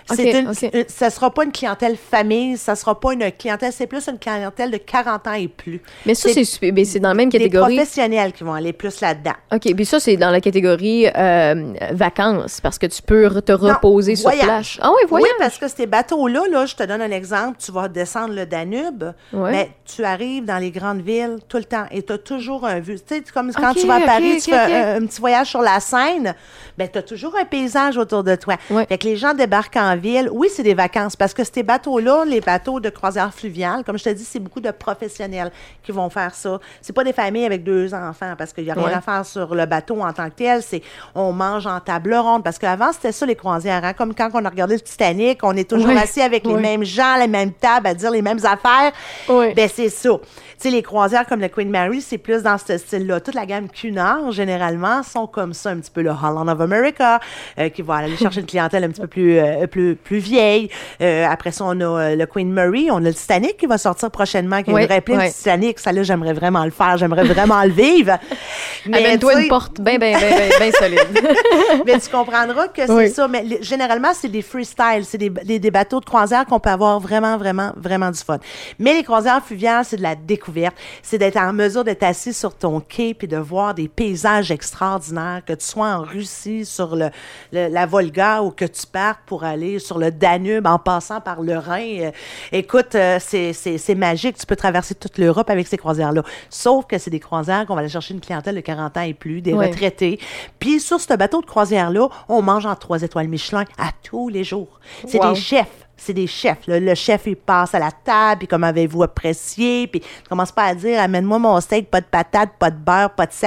Ça sera pas une clientèle famille, ça sera pas une clientèle, c'est plus une clientèle de 40 ans et plus. Mais ça, c'est dans la même catégorie. Des professionnels qui vont aller plus là-dedans. OK, puis ça, c'est dans la catégorie vacances, parce que tu peux te reposer sur place. Ah oui, voyage. Oui, parce que ces bateaux-là, là, je te donne un exemple, tu vas descendre le Danube, mais tu arrives dans les grandes villes tout le temps et tu as toujours un vue. Tu sais, comme quand tu vas à Paris, tu fais un petit voyage sur la Seine, ben tu as toujours un paysage autour de toi. Ouais. Fait que les gens débarquent en ville. Oui, c'est des vacances parce que ces bateaux-là, les bateaux de croisière fluviale, comme je te dis, c'est beaucoup de professionnels qui vont faire ça. C'est pas des familles avec 2 enfants parce qu'il y a rien à faire sur le bateau en tant que tel. C'est on mange en table ronde parce qu'avant, c'était ça les croisières. Hein? Comme quand on a regardé le Titanic, on est toujours assis avec les mêmes gens, les mêmes tables, à dire les mêmes affaires. Ben, c'est ça. Tu sais, les croisières comme le Queen Mary, c'est plus dans ce style-là. Toute la gamme Cunard, généralement, sont comme ça, un petit peu le Holland of America, qui va aller chercher une clientèle un petit peu plus vieille. Après ça, on a le Queen Mary, on a le Titanic qui va sortir prochainement, qui est une réplique du Titanic. Ça, là, j'aimerais vraiment le faire, j'aimerais vraiment le vivre. Mais amène-toi une porte bien solide. Mais tu comprendras que c'est ça. Mais généralement, c'est des freestyle, c'est des bateaux de croisière qu'on peut avoir vraiment, vraiment, vraiment du fun. Mais les croisières fluviales, c'est de la découverte. C'est d'être en mesure d'être assis sur ton quai puis de voir des paysages extraordinaires, que tu sois en Russie, sur la Volga ou que tu partes pour aller sur le Danube en passant par le Rhin. Écoute, c'est magique. Tu peux traverser toute l'Europe avec ces croisières-là. Sauf que c'est des croisières qu'on va aller chercher une clientèle de 40 ans et plus, des retraités. Puis sur ce bateau de croisière-là, on mange en 3 étoiles Michelin à tous les jours. C'est des chefs. C'est des chefs. Là. Le chef, il passe à la table, puis comme avez-vous apprécié, puis tu commences pas à dire, amène-moi mon steak, pas de patates, pas de beurre, pas de sel.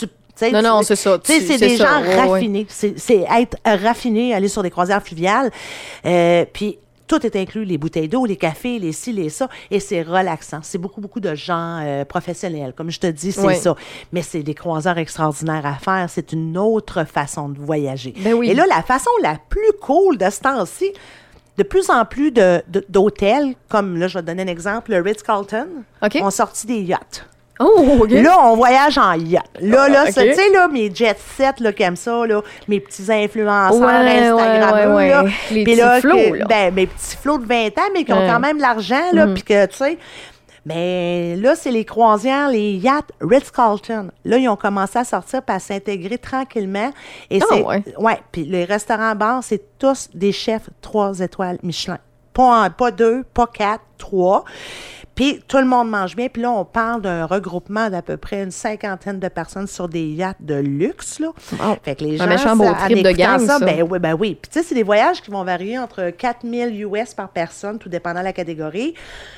Non, c'est ça. C'est des gens raffinés. C'est être raffiné, aller sur des croisières fluviales. Puis tout est inclus, les bouteilles d'eau, les cafés, les ci, les ça, et c'est relaxant. C'est beaucoup, beaucoup de gens professionnels. Comme je te dis, c'est ça. Mais c'est des croisières extraordinaires à faire. C'est une autre façon de voyager. Ben oui. Et là, la façon la plus cool de ce temps-ci, de plus en plus d'hôtels, comme là, je vais te donner un exemple, le Ritz-Carlton, ont sorti des yachts. Oh, OK. Là, on voyage en yacht. Là, tu sais, là, mes jet sets, là, comme ça, là, mes petits influenceurs Instagrammeurs, là. Les petits flots, là. Ben, mes petits flots de 20 ans, mais qui ont quand même l'argent, là, puis que, tu sais... Mais là, c'est les croisières, les yachts Ritz-Carlton. Là, ils ont commencé à sortir et à s'intégrer tranquillement. Et puis les restaurants-bars, c'est tous des chefs 3 étoiles Michelin. Pas 2, pas 4, 3. Puis tout le monde mange bien. Puis là, on parle d'un regroupement d'à peu près une 50aine de personnes sur des yachts de luxe, là. Wow. Fait que les gens, un méchant beau trip de gang, ça. Ben oui. Puis tu sais, c'est des voyages qui vont varier entre 4 000 US par personne, tout dépendant de la catégorie,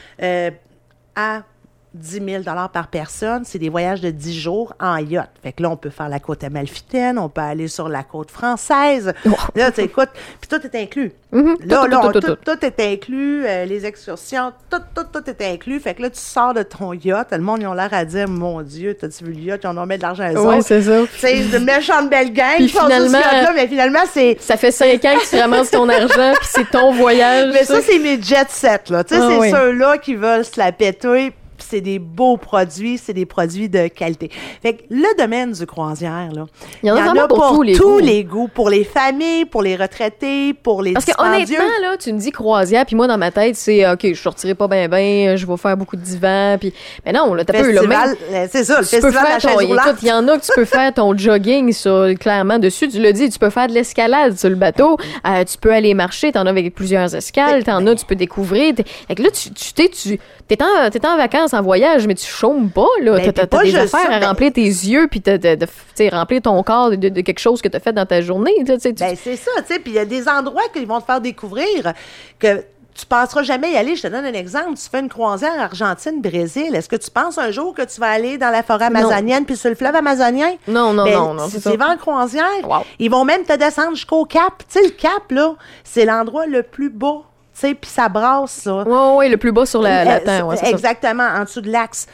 à 10 000 $ par personne. C'est des voyages de 10 jours en yacht. Fait que là, on peut faire la côte amalfitaine, on peut aller sur la côte française. Là, tu écoutes, puis tout est inclus. Tout est inclus, les excursions, tout est inclus. Fait que là, tu sors de ton yacht, le monde, ils ont l'air à dire, mon Dieu, t'as-tu vu le yacht? Ils en ont mis de l'argent à eux autres. Oui, c'est ça. C'est une méchante belle gang. Puis finalement, mais finalement, c'est... Ça fait 5 ans que tu ramasses ton argent, puis c'est ton voyage. Mais ça, c'est mes jet sets, là. Tu sais, c'est ceux-là qui veulent se la péter. C'est des beaux produits, c'est des produits de qualité. Fait que le domaine du croisière, là, il y en a vraiment pour tous les goûts. Pour les familles, pour les retraités, pour les dispendieux. Parce qu'honnêtement, là, tu me dis croisière, puis moi, dans ma tête, c'est OK, je sortirai pas bien, je vais faire beaucoup de divans, puis... Mais non, là, t'as peu... C'est ça, le festival de la chaise roulante. Il y en a que tu peux faire ton jogging clairement dessus. Tu l'as dit, tu peux faire de l'escalade sur le bateau. Tu peux aller marcher, t'en as avec plusieurs escales, t'en as, tu peux découvrir. Fait que là, t'es en vacances, en voyage, mais tu chômes pas, là. T'as des affaires à remplir tes yeux, puis remplir ton corps de quelque chose que t'as fait dans ta journée. C'est ça, tu sais. Puis il y a des endroits qu'ils vont te faire découvrir que tu penseras jamais y aller. Je te donne un exemple. Tu fais une croisière Argentine-Brésil. Est-ce que tu penses un jour que tu vas aller dans la forêt amazonienne puis sur le fleuve amazonien? Non, Si c'est tu ça. vas en croisière, Wow. ils vont même te descendre jusqu'au Cap. Tu sais, le Cap, là, c'est l'endroit le plus bas. Tu sais, puis ça brasse, là. Oui, le plus bas sur la terre. Ouais, c'est ça. Exactement, en dessous de l'axe.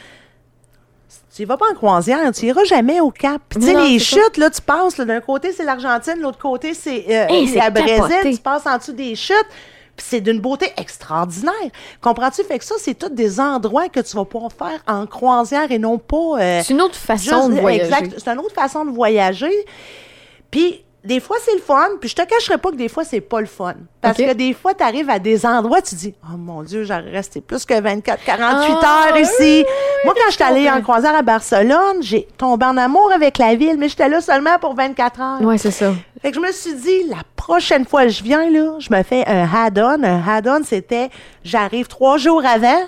Tu vas pas en croisière, tu iras jamais au Cap. Puis, tu sais, Non, les c'est chutes, là, tu passes, là, d'un côté, c'est l'Argentine, de l'autre côté, c'est c'est la Brésil. capoté. Tu passes en dessous des chutes. Puis c'est d'une beauté extraordinaire. Comprends-tu? Fait que ça, c'est tous des endroits que tu vas pouvoir faire en croisière et non pas... C'est une autre façon de voyager. Exact. C'est une autre façon de voyager. Puis, des fois, c'est le fun. Puis, je te cacherai pas que des fois, c'est pas le fun. Parce OK. que des fois, tu arrives à des endroits, tu dis, oh mon Dieu, j'aurais resté plus que 24, 48 Ah, heures ici. Moi, quand je j'étais allée en comprends. croisière à Barcelone, j'ai tombé en amour avec la ville, mais j'étais là seulement pour 24 heures. Oui, c'est ça. Fait que je me suis dit, la prochaine fois que je viens, là, je me fais un add-on. Un add-on, c'était, j'arrive 3 jours avant,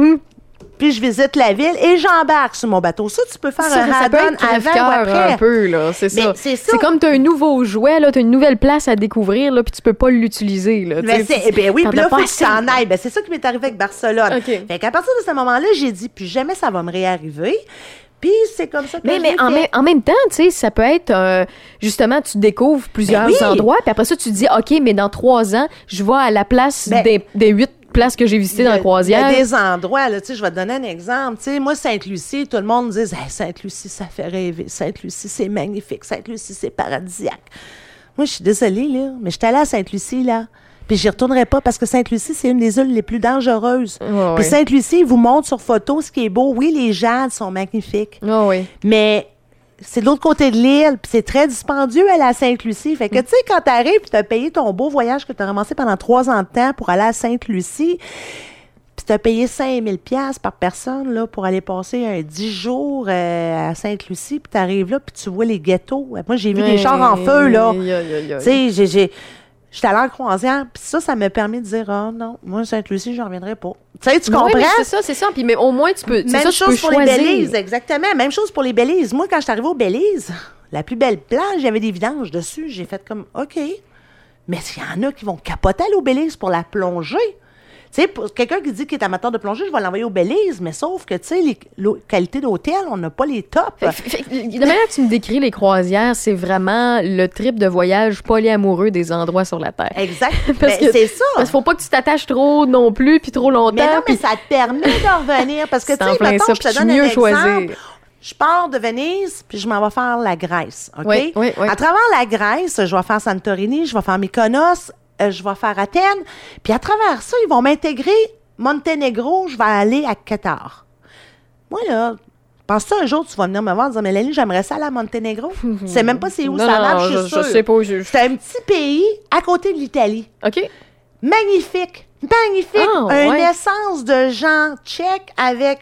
puis je visite la ville et j'embarque sur mon bateau. Ça, tu peux faire un Ça peut add-on être avant ou crève-cœur après. un peu, là, c'est Mais ça. c'est ça. C'est comme t'as un nouveau jouet, là, t'as une nouvelle place à découvrir, là, puis tu peux pas l'utiliser, là. Ben, tu sais, oui, t'en puis as là, pas faut que assez. tu t'en ailles. Ben, c'est ça qui m'est arrivé avec Barcelone. OK. Fait qu'à partir de ce moment-là, j'ai dit, plus jamais ça va me réarriver. Puis c'est comme ça que Mais je l'ai fait. en même temps, tu sais, ça peut être, justement, tu découvres plusieurs Ben oui. endroits, puis après ça, tu te dis, OK, mais dans 3 ans, je vais à la place Ben, des 8 places que j'ai visitées dans la croisière. Il y a des endroits, là, tu sais, je vais te donner un exemple. Tu sais, moi, Sainte-Lucie, tout le monde dit, hey, Sainte-Lucie, ça fait rêver. Sainte-Lucie, c'est magnifique. Sainte-Lucie, c'est paradisiaque. Moi, je suis désolée, là, mais je suis allée à Sainte-Lucie, là. Puis j'y retournerai pas parce que Sainte-Lucie, c'est une des îles les plus dangereuses. Ouais, Puis ouais. Sainte-Lucie, ils vous montre sur photo ce qui est beau. Oui, les jades sont magnifiques. Ah oui. Mais c'est de l'autre côté de l'île, puis c'est très dispendieux aller à Sainte-Lucie. Fait que, tu sais, quand t'arrives, puis t'as payé ton beau voyage que t'as ramassé pendant 3 ans de temps pour aller à Sainte-Lucie, puis t'as payé 5 000 $ par personne, là, pour aller passer un 10 jours à Sainte-Lucie, puis t'arrives là, puis tu vois les ghettos. Moi, j'ai vu des chars en feu, là. Tu sais, j'étais allée en croisière, puis ça me permet de dire, oh non, moi, Sainte-Lucie, j'en reviendrai pas. Tu sais, tu comprends? Oui, mais c'est ça. Puis, mais au moins, tu peux. C'est Même ça, tu peux chose pour les choisir. Belize, exactement. Même chose pour les Belize. Moi, quand je suis arrivée au Belize, la plus belle plage, il y avait des vidanges dessus. J'ai fait comme, OK. Mais il y en a qui vont capoter à l'eau Belize pour la plongée. Tu sais, pour quelqu'un qui dit qu'il est amateur de plongée, je vais l'envoyer au Belize, mais sauf que, tu sais, les qualités d'hôtel, on n'a pas les tops. La manière que tu me décris les croisières, c'est vraiment le trip de voyage polyamoureux des endroits sur la Terre. Exact. Parce Ben, que c'est ça. Parce qu'il faut pas que tu t'attaches trop non plus, puis trop longtemps. Mais non, mais puis- ça te permet de revenir. Parce que, C'est tu en sais, plein mettons, ça, je puis te tu donne un mieux exemple. choisir. Je pars de Venise, puis je m'en vais faire la Grèce, OK? Oui. À travers la Grèce, je vais faire Santorini, je vais faire Mykonos, je vais faire Athènes. Puis à travers ça, ils vont m'intégrer Monténégro, je vais aller à Qatar. Moi, là, penses-tu un jour, tu vas venir me voir et dire, Mélanie, j'aimerais ça aller à Monténégro? Tu sais même pas c'est où Non, ça non, marche, je suis je sûre. sais pas. C'est un petit pays à côté de l'Italie. OK. Magnifique. Magnifique. Ah, Une ouais. essence de gens tchèques avec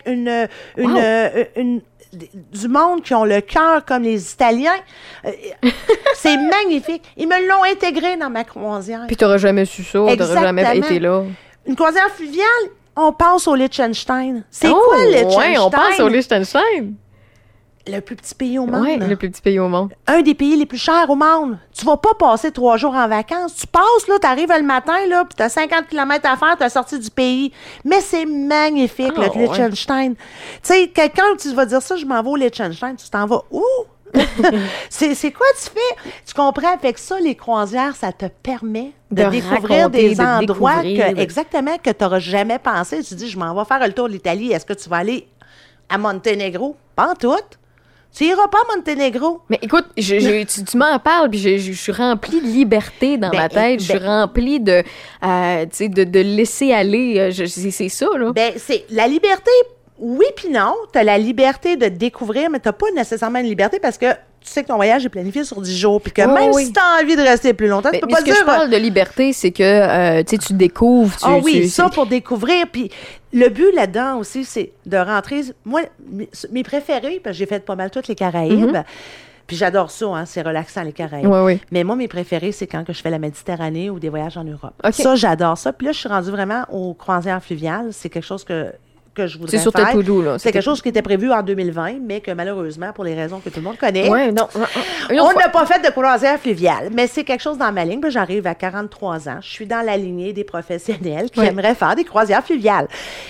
du monde qui ont le cœur comme les Italiens. C'est magnifique. Ils me l'ont intégré dans ma croisière. Puis t'aurais jamais su ça, t'aurais jamais Exactement. été là. Une croisière fluviale, on passe au Liechtenstein. C'est Oh, quoi le Liechtenstein? Ouais, on pense au Liechtenstein. Le plus petit pays au monde. Ouais, le plus petit pays au monde. Un des pays les plus chers au monde. Tu vas pas passer 3 jours en vacances. Tu passes, là, t'arrives le matin, là, puis t'as 50 km à faire, t'as sorti du pays. Mais c'est magnifique, Ah, le Liechtenstein. Tu sais, quelqu'un, tu vas dire ça, je m'en vais au Liechtenstein, tu t'en vas où? c'est quoi tu fais? Tu comprends? Avec ça, les croisières, ça te permet de découvrir raconter, des de endroits découvrir. exactement que tu n'auras jamais pensé. Tu dis, je m'en vais faire le tour de l'Italie. Est-ce que tu vas aller à Monténégro? Pas en tout. Tu iras pas à Monténégro. Mais écoute, tu m'en parles, puis je suis remplie de liberté dans ma tête. Je suis remplie de, tu sais, de laisser aller. C'est ça, là. Ben, c'est la liberté, oui puis non. Tu as la liberté de découvrir, mais tu n'as pas nécessairement une liberté parce que tu sais que ton voyage est planifié sur 10 jours, puis que Oh, même oui. si tu as envie de rester plus longtemps, tu peux Mais pas ce que dire... je parle de liberté, c'est que, tu sais, tu découvres. Ah oui, ça pour découvrir. Puis le but là-dedans aussi, c'est de rentrer... Moi, mes préférés, parce que j'ai fait pas mal toutes les Caraïbes, puis j'adore ça, hein, c'est relaxant, les Caraïbes. Oui, oui. Mais moi, mes préférés, c'est quand que je fais la Méditerranée ou des voyages en Europe. OK. Ça, j'adore ça. Puis là, je suis rendue vraiment aux croisières fluviales. C'est quelque chose que je voudrais C'est sur faire. ta to-do, là. C'est quelque chose qui était prévu en 2020, mais que malheureusement, pour les raisons que tout le monde connaît, non. on n'a pas fait de croisière fluviale. Mais c'est quelque chose dans ma ligne. Puis j'arrive à 43 ans. Je suis dans la lignée des professionnels qui aimeraient faire des croisières fluviales.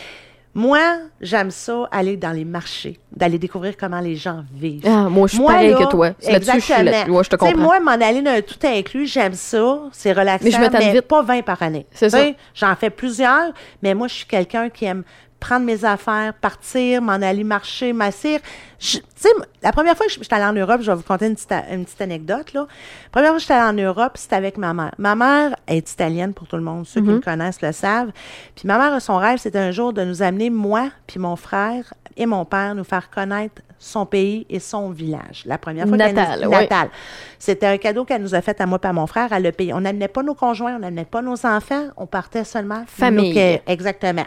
Moi, j'aime ça, aller dans les marchés, d'aller découvrir comment les gens vivent. Ah, moi, je suis pareil que toi. Là-dessus, je te comprends. Moi, m'en aller d'un tout inclus, j'aime ça. C'est relaxant, mais je m'attends vite. Pas 20 par année. C'est ça. J'en fais plusieurs, mais moi, je suis quelqu'un qui aime prendre mes affaires, partir, m'en aller marcher, m'assire. Tu sais, la première fois que je suis allée en Europe, je vais vous conter une petite anecdote, là. La première fois que je suis allée en Europe, c'était avec ma mère. Ma mère est italienne, pour tout le monde. Ceux qui me connaissent le savent. Puis ma mère, son rêve, c'était un jour de nous amener, moi puis mon frère et mon père, nous faire connaître son pays et son village. La première fois Natal. C'était un cadeau qu'elle nous a fait à moi et à mon frère. Elle le payé. On n'amenait pas nos conjoints, on n'amenait pas nos enfants. On partait seulement... Famille. Exactement.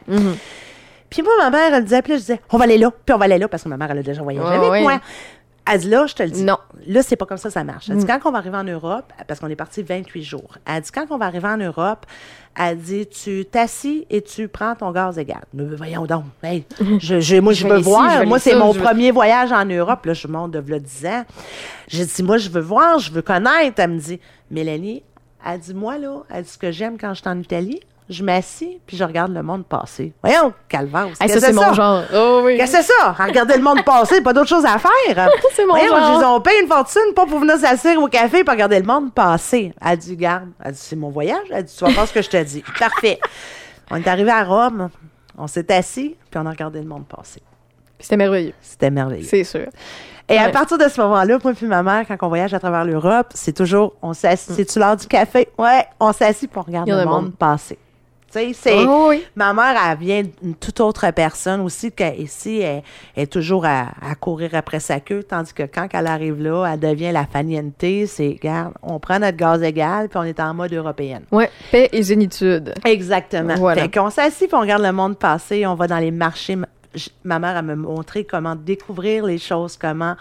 Puis moi, ma mère, elle disait, puis là, je disais, on va aller là, puis on va aller là, parce que ma mère, elle a déjà voyagé avec moi. Elle dit, là, je te le dis. Non. Là, c'est pas comme ça marche. Elle dit, quand on va arriver en Europe, parce qu'on est parti 28 jours, elle dit, quand on va arriver en Europe, elle dit, tu t'assis et tu prends ton gaz égal. Mais voyons donc. Hey, moi, je veux voir. Moi, c'est mon premier voyage en Europe. Là, je monte de 10 ans. J'ai dit, moi, je veux voir, je veux connaître. Elle me dit, Mélanie, elle dit, moi, là, elle dit, ce que j'aime quand je suis en Italie, je m'assis, puis je regarde le monde passer. Voyons, calvaire. Hey, ça, c'est mon genre. Oh, oui. Qu'est-ce que c'est ça? Regarder le monde passer, pas d'autre chose à faire. C'est mon Voyons, genre. Ils ont payé une fortune, pas pour venir s'asseoir au café et regarder le monde passer. Elle dit, garde. Elle dit, c'est mon voyage. Elle dit, tu vas faire ce que je te dis. Parfait. On est arrivé à Rome, on s'est assis, puis on a regardé le monde passer. C'était merveilleux. C'était merveilleux. C'est sûr. Et à partir de ce moment-là, moi puis ma mère, quand on voyage à travers l'Europe, c'est toujours, on s'assit. C'est-tu l'heure du café? Ouais, on s'assit pour regarder le monde passer. Tu sais, ma mère, elle vient d'une toute autre personne aussi, qu'ici, elle est toujours à courir après sa queue, tandis que quand elle arrive là, elle devient la faniente. C'est, regarde, on prend notre gaz égal, puis on est en mode européenne. Oui, paix et zénitude. Exactement. Voilà. Fait qu'on s'assit, puis on regarde le monde passer, on va dans les marchés. Ma mère, elle m'a montré comment découvrir les choses, comment...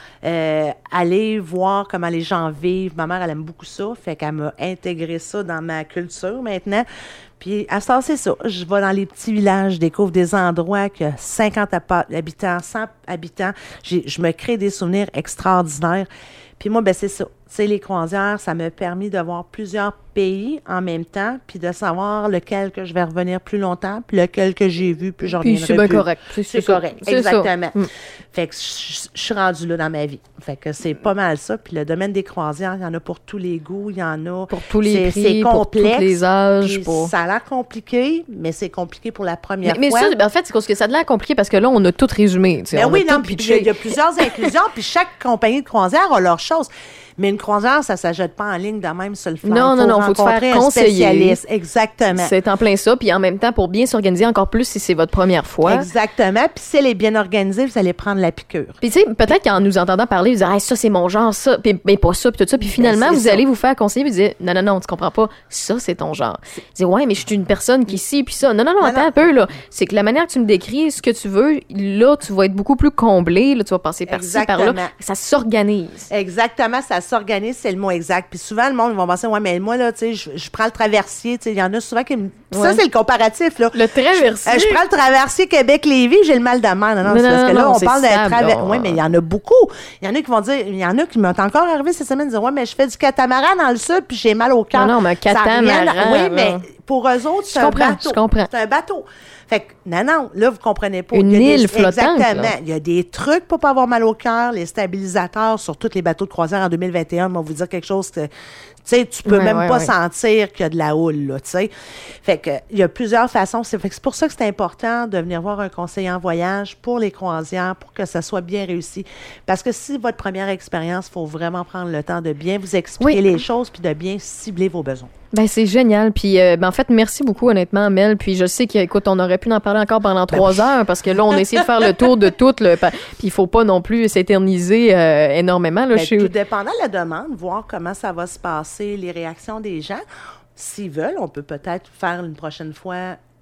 aller voir comment les gens vivent. Ma mère, elle aime beaucoup ça, fait qu'elle m'a intégré ça dans ma culture maintenant. Puis à ça, c'est ça. Je vais dans les petits villages, je découvre des endroits qui ont 50 habitants, 100 habitants. Je me crée des souvenirs extraordinaires. Puis moi, ben c'est ça. Tu sais, les croisières, ça m'a permis de voir plusieurs pays en même temps, puis de savoir lequel que je vais revenir plus longtemps, puis lequel que j'ai vu, puis je reviendrai plus. Puis c'est bien correct. C'est correct, c'est exactement. Ça. Fait que je suis rendue là dans ma vie. Fait que c'est pas mal ça. Puis le domaine des croisières, il y en a pour tous les goûts, il y en a... Pour tous les prix, c'est complexe, pour tous les âges. Ça a l'air compliqué, mais c'est compliqué pour la première mais fois. Ça, en fait, c'est parce que ça a l'air compliqué parce que là, on a tout résumé. Ben oui, non, puis il y a plusieurs inclusions, puis chaque compagnie de croisière a leur chose. Mais une croisière, ça ne s'ajoute pas en ligne de même sur le flanc. Non, faut te faire conseiller. Exactement. C'est en plein ça. Puis en même temps, pour bien s'organiser encore plus si c'est votre première fois. Exactement. Puis si elle est bien organisée, vous allez prendre la piqûre. Puis tu sais, peut-être qu'en nous entendant parler, vous dites, ça c'est mon genre, ça, puis mais pas ça, puis tout ça. Puis finalement, vous allez vous faire conseiller, vous dire, non, tu comprends pas, ça c'est ton genre. Vous dites, ouais, mais je suis une personne qui ci, puis ça. Non, attends un peu, là. C'est que la manière que tu me décris, ce que tu veux, là, tu vas être beaucoup plus comblé, là, tu vas passer par-ci, par-là. Ça s'organise. Exactement, ça s'organise, c'est le mot exact. Puis souvent, le monde, ils vont penser, ouais, mais moi, là, tu sais, je prends le traversier, tu sais, il y en a souvent qui me... Ça, c'est le comparatif, là. Le traversier. Je prends le traversier Québec-Lévis, j'ai le mal de mer. Non, c'est parce que là, on parle d'un traversier. Oui, mais il y en a beaucoup. Il y en a qui vont dire, il y en a qui m'ont encore arrivé cette semaine, dire, ouais, mais je fais du catamaran dans le sud, puis j'ai mal au cœur. Non, mais un catamaran. Oui, mais pour eux autres, c'est un bateau. Je comprends. C'est un bateau. Fait que, non, là, vous comprenez pas. Une île flottante. Exactement. Là. Il y a des trucs pour pas avoir mal au cœur, les stabilisateurs sur tous les bateaux de croisière en 2021. On va vous dire quelque chose que, tu sais, tu peux même pas sentir qu'il y a de la houle, là, tu sais. Fait que, il y a plusieurs façons. C'est pour ça que c'est important de venir voir un conseiller en voyage pour les croisières, pour que ça soit bien réussi. Parce que si votre première expérience, il faut vraiment prendre le temps de bien vous expliquer les choses puis de bien cibler vos besoins. Ben c'est génial. Puis en fait, merci beaucoup honnêtement, Mel. Puis je sais qu'écoute, on aurait pu en parler encore pendant 3 heures parce que là, on a essayé de faire le tour de tout. Puis il faut pas non plus s'éterniser énormément. Là, tout dépendant de la demande, voir comment ça va se passer, les réactions des gens. S'ils veulent, on peut peut-être faire une prochaine fois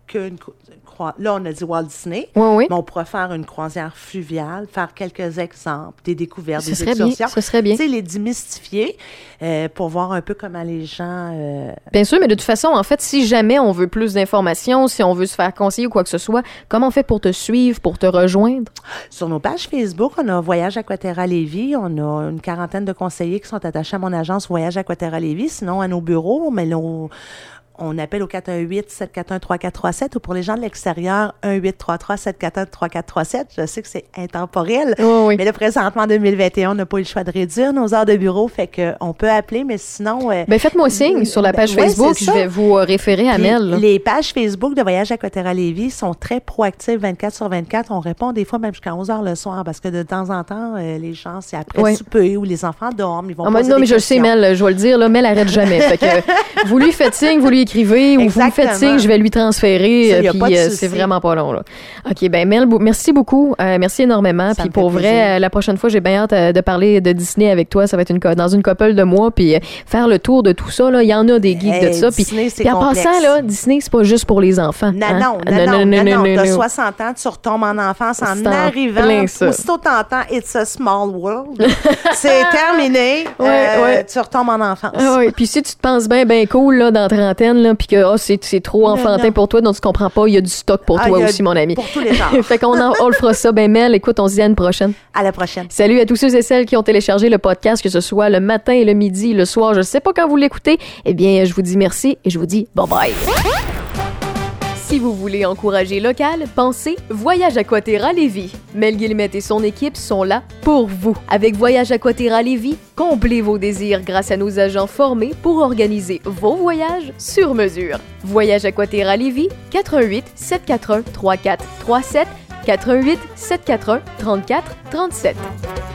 qu'une là, on a dit Walt Disney, oui. mais on pourrait faire une croisière fluviale, faire quelques exemples, des découvertes, ce des serait excursions. Bien, ce serait bien. Tu sais, les démystifier pour voir un peu comment les gens... Bien sûr, mais de toute façon, en fait, si jamais on veut plus d'informations, si on veut se faire conseiller ou quoi que ce soit, comment on fait pour te suivre, pour te rejoindre? Sur nos pages Facebook, on a Voyage Aquaterra Lévis. On a une quarantaine de conseillers qui sont attachés à mon agence Voyage Aquaterra Lévis. Sinon, à nos bureaux, mais on appelle au 418-741-3437 ou pour les gens de l'extérieur, 1-833-741-3437. Je sais que c'est intemporel, oui. Mais là, présentement, en 2021, on n'a pas eu le choix de réduire nos heures de bureau, fait qu'on peut appeler, mais sinon... faites-moi signe sur la page Facebook, je vais vous référer à Mel. Les pages Facebook de Voyage Aquaterra Lévis sont très proactives 24/24. On répond des fois même jusqu'à 11h le soir parce que de temps en temps, les gens, c'est après souper ou les enfants dorment, ils vont poser des questions. Je le sais, Mel, je vais le dire, là, Mel arrête jamais. Fait que vous lui faites signe, vous lui écrivez ou vous me faites signe, je vais lui transférer. Puis c'est vraiment pas long. Là. OK, ben Mel, merci beaucoup. Merci énormément. Puis pour vrai, la prochaine fois, j'ai bien hâte de parler de Disney avec toi. Ça va être dans une couple de mois. Puis faire le tour de tout ça. Il y en a des geeks de ça. Puis en passant, là, Disney, c'est pas juste pour les enfants. Non. T'as 60 ans, tu retombes en enfance en arrivant. Aussitôt t'entends « It's a small world », c'est terminé. Tu retombes en enfance. Oui, puis si tu te penses bien cool là, dans trentaine, là, puis que c'est trop enfantin pour toi, donc tu comprends pas, il y a du stock pour toi aussi, mon ami. Pour tous les genres. Fait qu'on on le fera ça. Ben Mel, écoute, on se dit à une prochaine. À la prochaine. Salut à tous ceux et celles qui ont téléchargé le podcast, que ce soit le matin et le midi, le soir, je sais pas quand vous l'écoutez. Eh bien, je vous dis merci et je vous dis bye-bye. Si vous voulez encourager local, pensez Voyage Aquaterra Lévis. Mel Guillemette et son équipe sont là pour vous. Avec Voyage Aquaterra Lévis, comblez vos désirs grâce à nos agents formés pour organiser vos voyages sur mesure. Voyage Aquaterra Lévis, 418-741-3437, 418-741-3437.